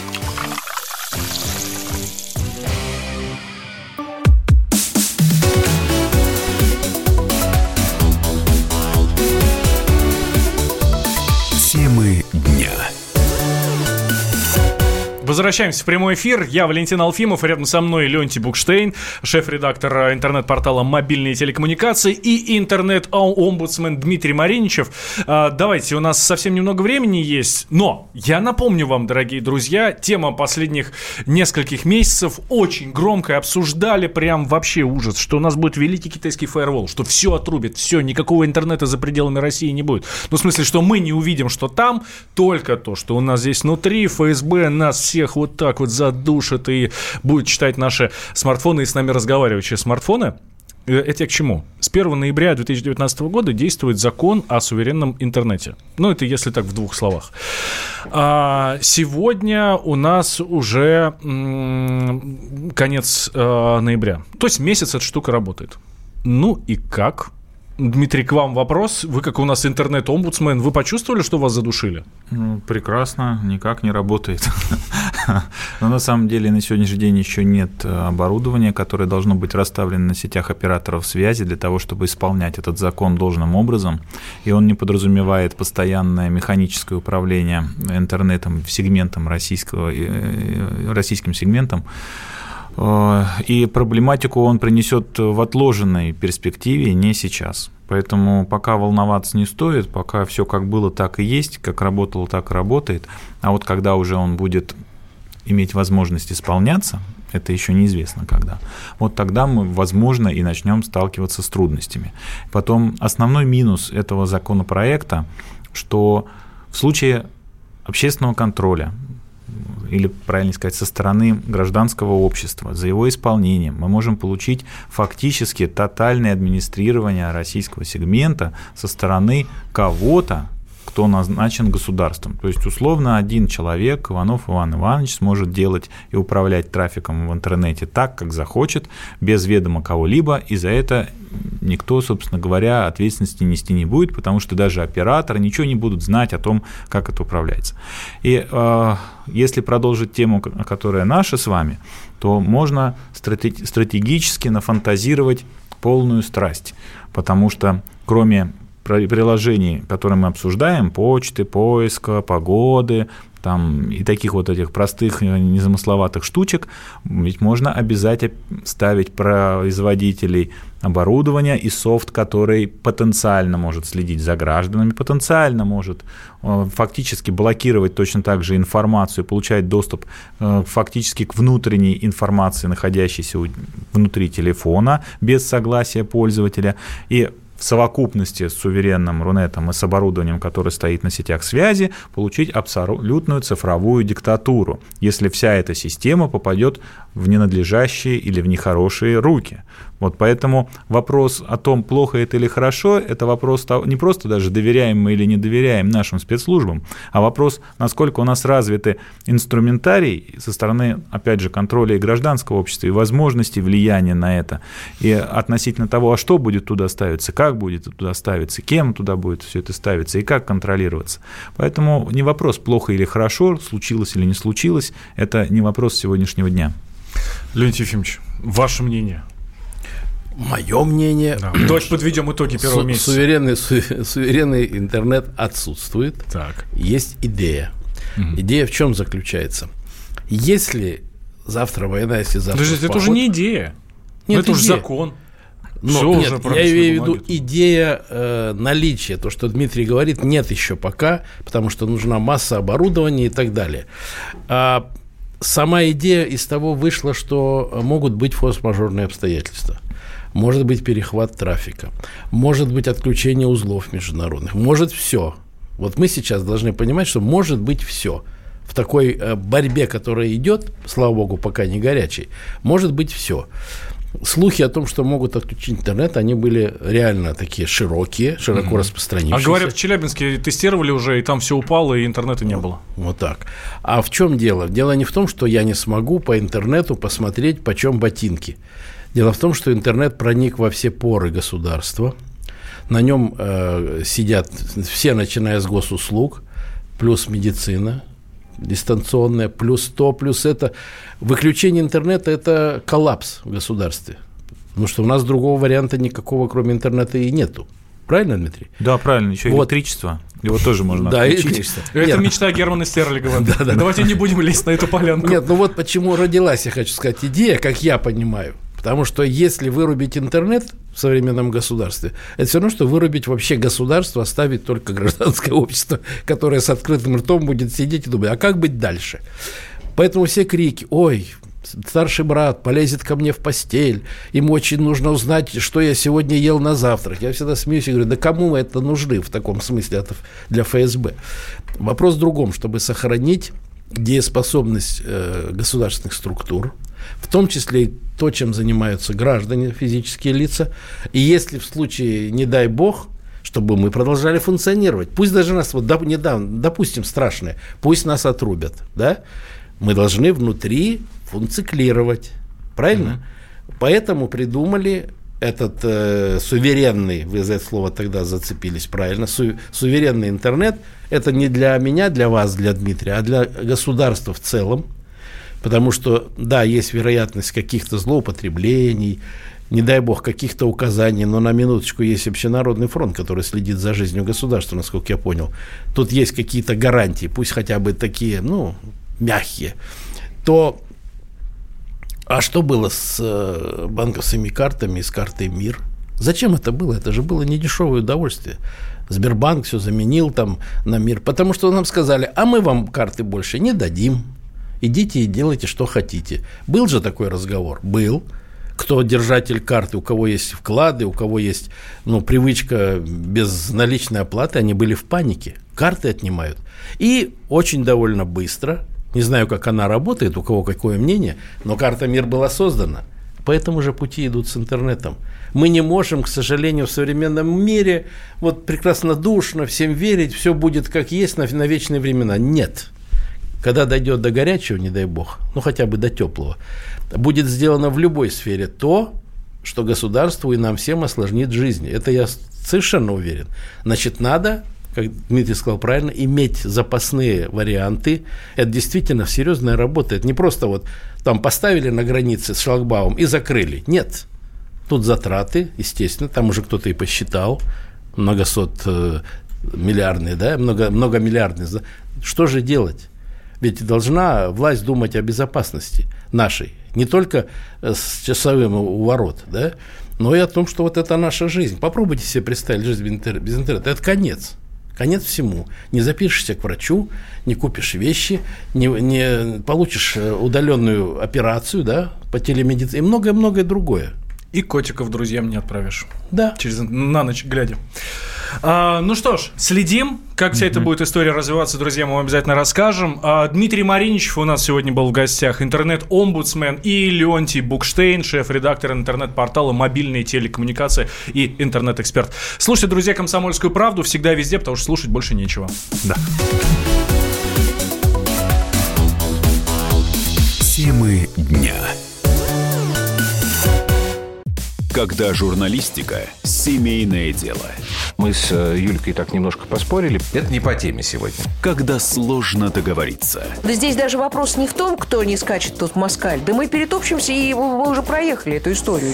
[SPEAKER 4] Темы дня.
[SPEAKER 1] Возвращаемся в прямой эфир. Я Валентин Алфимов, рядом со мной Леонтий Букштейн, шеф-редактор интернет-портала «Мобильные телекоммуникации» и интернет-омбудсмен Дмитрий Мариничев. Давайте, у нас совсем немного времени есть, но я напомню вам, дорогие друзья, тема последних нескольких месяцев очень громко обсуждали, прям вообще ужас, что у нас будет великий китайский фаервол, что все отрубит, все, никакого интернета за пределами России не будет. Ну, в смысле, что мы не увидим, что там, только то, что у нас здесь внутри, эф эс бэ нас все всех вот так вот задушит и будет читать наши смартфоны и с нами разговаривать через смартфоны. Это я к чему? С первого ноября две тысячи девятнадцатого года действует закон о суверенном интернете. Ну, это если так в двух словах. А сегодня у нас уже м- конец э, ноября. То есть месяц эта штука работает. Ну и как? Дмитрий, к вам вопрос. Вы, как у нас интернет-омбудсмен, вы почувствовали, что вас задушили?
[SPEAKER 3] Ну, прекрасно, никак не работает. Но на самом деле на сегодняшний день еще нет оборудования, которое должно быть расставлено на сетях операторов связи для того, чтобы исполнять этот закон должным образом. И он не подразумевает постоянное механическое управление интернетом, сегментом российского, российским сегментом. И проблематику он принесет в отложенной перспективе, не сейчас. Поэтому пока волноваться не стоит, пока все как было, так и есть, как работало, так и работает. А вот когда уже он будет иметь возможность исполняться, это еще неизвестно когда, вот тогда мы, возможно, и начнем сталкиваться с трудностями. Потом основной минус этого законопроекта, что в случае общественного контроля, или, правильно сказать, со стороны гражданского общества, за его исполнением мы можем получить фактически тотальное администрирование российского сегмента со стороны кого-то, кто назначен государством. То есть, условно, один человек, Иванов Иван Иванович, сможет делать и управлять трафиком в интернете так, как захочет, без ведома кого-либо, и за это никто, собственно говоря, ответственности нести не будет, потому что даже операторы ничего не будут знать о том, как это управляется. И э, если продолжить тему, которая наша с вами, то можно стратегически нафантазировать полную страсть, потому что кроме приложений, которые мы обсуждаем, почты, поиска, погоды, там, и таких вот этих простых, незамысловатых штучек, ведь можно обязать ставить производителей оборудования и софт, который потенциально может следить за гражданами, потенциально может фактически блокировать точно так же информацию, получать доступ фактически к внутренней информации, находящейся внутри телефона, без согласия пользователя. И в совокупности с суверенным Рунетом и с оборудованием, которое стоит на сетях связи, получить абсолютную цифровую диктатуру, если вся эта система попадет в ненадлежащие или в нехорошие руки. Вот поэтому вопрос о том, плохо это или хорошо, это вопрос не просто даже доверяем мы или не доверяем нашим спецслужбам, а вопрос, насколько у нас развиты инструментарий со стороны, опять же, контроля и гражданского общества, и возможности влияния на это, и относительно того, а что будет туда ставиться, как будет туда ставиться, кем туда будет все это ставиться и как контролироваться. Поэтому не вопрос, плохо или хорошо, случилось или не случилось, это не вопрос сегодняшнего дня.
[SPEAKER 1] Леонид Ефимович, ваше мнение?
[SPEAKER 2] Мое мнение...
[SPEAKER 1] Да. Давайте подведем итоги первого
[SPEAKER 2] Су-
[SPEAKER 1] месяца.
[SPEAKER 2] Суверенный, су- суверенный интернет отсутствует.
[SPEAKER 1] Так.
[SPEAKER 2] Есть идея. Угу. Идея в чем заключается? Если завтра война, если завтра
[SPEAKER 1] Подождите, это уже не идея. Нет, это уже закон.
[SPEAKER 2] Но,
[SPEAKER 1] Все
[SPEAKER 2] нет,
[SPEAKER 1] уже
[SPEAKER 2] я имею в виду идея э, наличия, то, что Дмитрий говорит, нет еще пока, потому что нужна масса оборудования и так далее. А сама идея из того вышла, что могут быть форс-мажорные обстоятельства. Может быть перехват трафика, может быть отключение узлов международных, может все. Вот мы сейчас должны понимать, что может быть все. В такой борьбе, которая идет, слава богу, пока не горячей, может быть все. Слухи о том, что могут отключить интернет, они были реально такие широкие, широко mm-hmm. распространившиеся.
[SPEAKER 1] А говорят, в Челябинске тестировали уже, и там все упало, и интернета не было.
[SPEAKER 2] Вот так. А в чем дело? Дело не в том, что я не смогу по интернету посмотреть, почем ботинки. Дело в том, что интернет проник во все поры государства. На нем э, сидят все, начиная с госуслуг, плюс медицина дистанционная, плюс то, плюс это. Выключение интернета – это коллапс в государстве. Потому что у нас другого варианта никакого, кроме интернета, и нету. Правильно, Дмитрий?
[SPEAKER 3] Да, правильно. Еще
[SPEAKER 2] вот.
[SPEAKER 3] Электричество. Его тоже можно
[SPEAKER 2] да,
[SPEAKER 3] отключить.
[SPEAKER 1] Это Нет. мечта Германа Стерлигова. Да, да, Давайте да. не будем лезть на эту полянку.
[SPEAKER 2] Нет, ну вот почему родилась, я хочу сказать, идея, как я понимаю. Потому что если вырубить интернет в современном государстве, это все равно, что вырубить вообще государство, оставить только гражданское общество, которое с открытым ртом будет сидеть и думать, а как быть дальше? Поэтому все крики, ой, старший брат полезет ко мне в постель, ему очень нужно узнать, что я сегодня ел на завтрак. Я всегда смеюсь и говорю, да кому мы это нужны в таком смысле для эф эс бэ? Вопрос в другом, чтобы сохранить дееспособность э, государственных структур, в том числе и то, чем занимаются граждане, физические лица. И если в случае, не дай бог, чтобы мы продолжали функционировать, пусть даже нас, вот недавно, допустим, страшное, пусть нас отрубят, да, мы должны внутри функционировать, правильно? Mm-hmm. Поэтому придумали этот э, суверенный, вы за это слово тогда зацепились правильно, су, суверенный интернет, это не для меня, для вас, для Дмитрия, а для государства в целом. Потому что, да, есть вероятность каких-то злоупотреблений, не дай бог, каких-то указаний, но на минуточку есть Общенародный фронт, который следит за жизнью государства, насколько я понял. Тут есть какие-то гарантии, пусть хотя бы такие, ну, мягкие. То, а что было с банковскими картами и с картой МИР? Зачем это было? Это же было недешевое удовольствие. Сбербанк все заменил там на МИР, потому что нам сказали, а мы вам карты больше не дадим. Идите и делайте, что хотите. Был же такой разговор? Был. Кто держатель карты, у кого есть вклады, у кого есть ну, привычка безналичной оплаты, они были в панике. Карты отнимают. И очень довольно быстро, не знаю, как она работает, у кого какое мнение, но карта МИР была создана. По этому же пути идут с интернетом. Мы не можем, к сожалению, в современном мире вот прекрасно душно всем верить, все будет как есть на, на вечные времена. Нет. Когда дойдет до горячего, не дай бог, ну хотя бы до теплого, будет сделано в любой сфере то, что государству и нам всем осложнит жизнь. Это я совершенно уверен. Значит, надо, как Дмитрий сказал правильно, иметь запасные варианты. Это действительно серьезная работа. Это не просто вот там поставили на границе с шлагбаумом и закрыли. Нет. Тут затраты, естественно, там уже кто-то и посчитал, многосот э, миллиардные, да, много, многомиллиардные. Что же делать? Ведь должна власть думать о безопасности нашей, не только с часовым у ворот, да, но и о том, что вот это наша жизнь. Попробуйте себе представить жизнь без интернета. Это конец. Конец всему. Не запишешься к врачу, не купишь вещи, не, не получишь удаленную операцию, да, по телемедицине и многое-многое другое.
[SPEAKER 1] И котиков друзьям не отправишь.
[SPEAKER 2] Да.
[SPEAKER 1] Через, на ночь глядя. А, ну что ж, следим, как вся mm-hmm. эта будет история развиваться, друзья, мы вам обязательно расскажем. А, Дмитрий Мариничев у нас сегодня был в гостях, интернет-омбудсмен, и Леонтий Букштейн, шеф-редактор интернет-портала «Мобильные телекоммуникации» и интернет-эксперт. Слушайте, друзья, «Комсомольскую правду» всегда везде, потому что слушать больше нечего. Да.
[SPEAKER 4] Темы дня. Когда журналистика – семейное дело.
[SPEAKER 7] Мы с Юлькой так немножко поспорили. Это не по теме сегодня.
[SPEAKER 4] Когда сложно договориться.
[SPEAKER 8] Да здесь даже вопрос не в том, кто не скачет тут в москаль. Да мы перетопчемся, и мы уже проехали эту историю.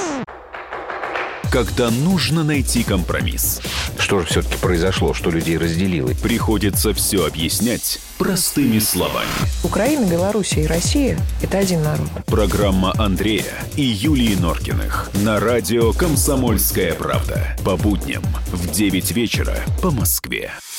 [SPEAKER 4] Когда нужно найти компромисс.
[SPEAKER 7] Что же все-таки произошло, что людей разделило?
[SPEAKER 4] Приходится все объяснять простыми словами.
[SPEAKER 8] Украина, Белоруссия и Россия – это один народ.
[SPEAKER 4] Программа Андрея и Юлии Норкиных на радио «Комсомольская правда». По будням в девять вечера по Москве.